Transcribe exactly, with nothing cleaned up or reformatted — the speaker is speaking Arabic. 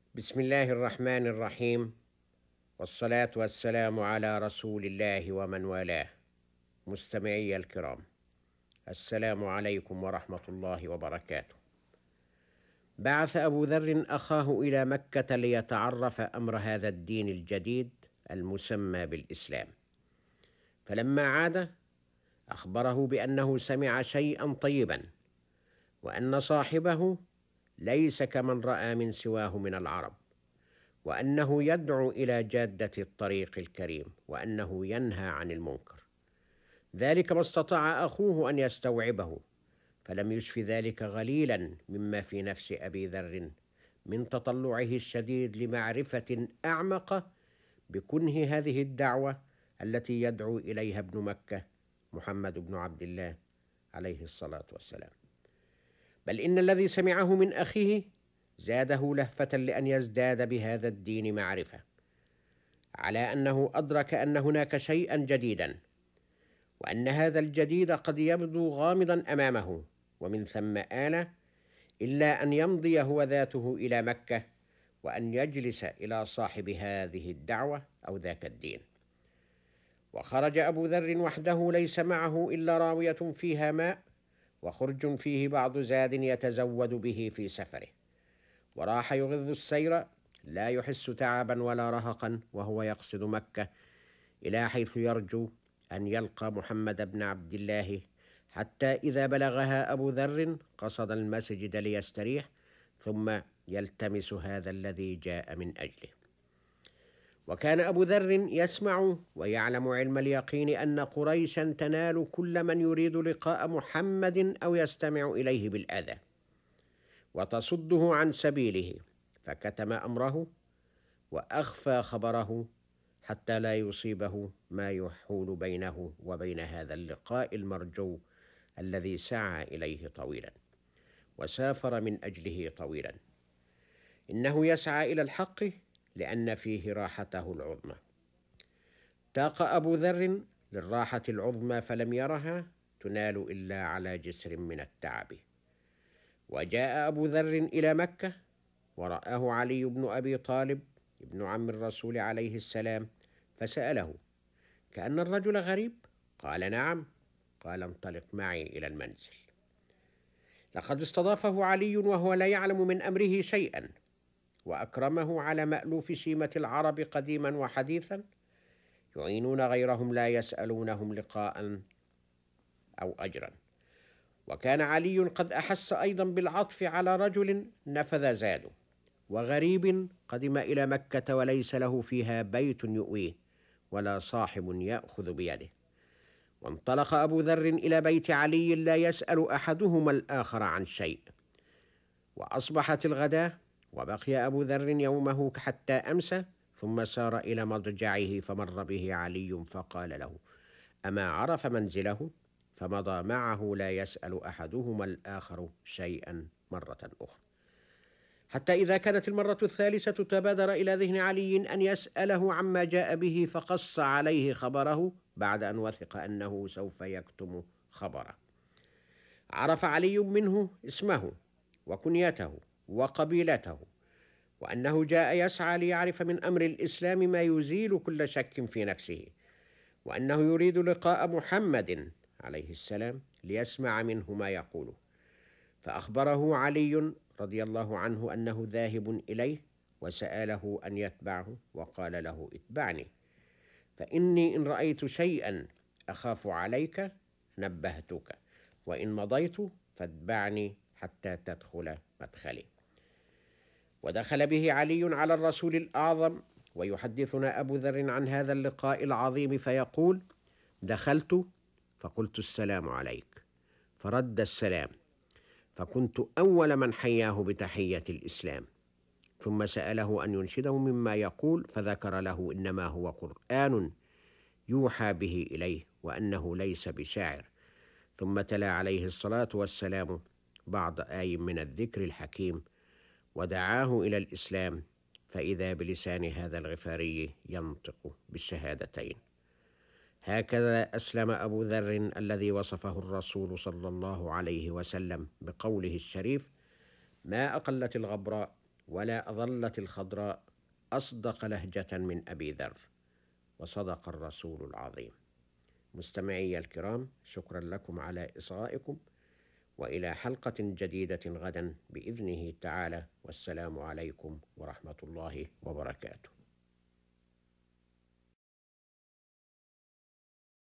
بسم الله الرحمن الرحيم، والصلاة والسلام على رسول الله ومن والاه. مستمعي الكرام، السلام عليكم ورحمة الله وبركاته. بعث أبو ذر أخاه إلى مكة ليتعرف أمر هذا الدين الجديد المسمى بالإسلام. فلما عاد أخبره بأنه سمع شيئا طيبا، وأن صاحبه ليس كمن رأى من سواه من العرب، وأنه يدعو إلى جادة الطريق الكريم، وأنه ينهى عن المنكر. ذلك ما استطاع أخوه أن يستوعبه، فلم يشف ذلك غليلا مما في نفس أبي ذر من تطلعه الشديد لمعرفة أعمق بكنه هذه الدعوة التي يدعو إليها ابن مكة محمد بن عبد الله عليه الصلاة والسلام. بل إن الذي سمعه من أخيه زاده لهفة لأن يزداد بهذا الدين معرفة، على أنه أدرك أن هناك شيئا جديدا، وأن هذا الجديد قد يبدو غامضا أمامه، ومن ثم آل إلا أن يمضي هو ذاته إلى مكة، وأن يجلس إلى صاحب هذه الدعوة أو ذاك الدين. وخرج أبو ذر وحده، ليس معه إلا راوية فيها ماء، وخرج فيه بعض زاد يتزود به في سفره، وراح يغض السير لا يحس تعبا ولا رهقا، وهو يقصد مكة، إلى حيث يرجو أن يلقى محمد بن عبد الله، حتى إذا بلغها أبو ذر قصد المسجد ليستريح، ثم يلتمس هذا الذي جاء من أجله. وكان أبو ذر يسمع ويعلم علم اليقين أن قريشا تنال كل من يريد لقاء محمد أو يستمع إليه بالأذى، وتصده عن سبيله، فكتم أمره وأخفى خبره حتى لا يصيبه ما يحول بينه وبين هذا اللقاء المرجو الذي سعى إليه طويلا وسافر من أجله طويلا. إنه يسعى إلى الحق لأن فيه راحته العظمى. تاق أبو ذر للراحة العظمى فلم يرها تنال إلا على جسر من التعب. وجاء أبو ذر إلى مكة، ورآه علي بن أبي طالب ابن عم الرسول عليه السلام، فسأله: كأن الرجل غريب؟ قال: نعم. قال: انطلق معي إلى المنزل. لقد استضافه علي وهو لا يعلم من أمره شيئا، وأكرمه على مألوف شيمة العرب قديما وحديثا، يعينون غيرهم لا يسألونهم لقاء أو أجرا. وكان علي قد أحس أيضا بالعطف على رجل نفذ زاده، وغريب قدم إلى مكة وليس له فيها بيت يؤويه ولا صاحب يأخذ بيده. وانطلق أبو ذر إلى بيت علي لا يسأل أحدهما الآخر عن شيء. وأصبحت الغداة، وبقي أبو ذر يومه حتى أمسى، ثم سار إلى مضجعه، فمر به علي فقال له: أما عرف منزله؟ فمضى معه لا يسأل أحدهما الآخر شيئا مرة أخرى، حتى إذا كانت المرة الثالثة تبادر إلى ذهن علي أن يسأله عما جاء به، فقص عليه خبره بعد أن وثق أنه سوف يكتم خبره. عرف علي منه اسمه وكنيته وقبيلته، وأنه جاء يسعى ليعرف من أمر الإسلام ما يزيل كل شك في نفسه، وأنه يريد لقاء محمد عليه السلام ليسمع منه ما يقوله. فأخبره علي رضي الله عنه أنه ذاهب إليه، وسأله أن يتبعه، وقال له: اتبعني، فإني إن رأيت شيئا أخاف عليك نبهتك، وإن مضيت فاتبعني حتى تدخل مدخلي. ودخل به علي على الرسول الأعظم، ويحدثنا أبو ذر عن هذا اللقاء العظيم فيقول: دخلت فقلت: السلام عليك، فرد السلام، فكنت أول من حياه بتحية الإسلام. ثم سأله أن ينشده مما يقول، فذكر له إنما هو قرآن يوحى به إليه، وأنه ليس بشاعر. ثم تلا عليه الصلاة والسلام بعض آي من الذكر الحكيم، ودعاه إلى الإسلام، فإذا بلسان هذا الغفاري ينطق بالشهادتين. هكذا أسلم أبو ذر الذي وصفه الرسول صلى الله عليه وسلم بقوله الشريف: ما أقلت الغبراء ولا أظلت الخضراء أصدق لهجة من أبي ذر، وصدق الرسول العظيم. مستمعي الكرام، شكرا لكم على إصغائكم، وإلى حلقة جديدة غدا بإذنه تعالى، والسلام عليكم ورحمة الله وبركاته.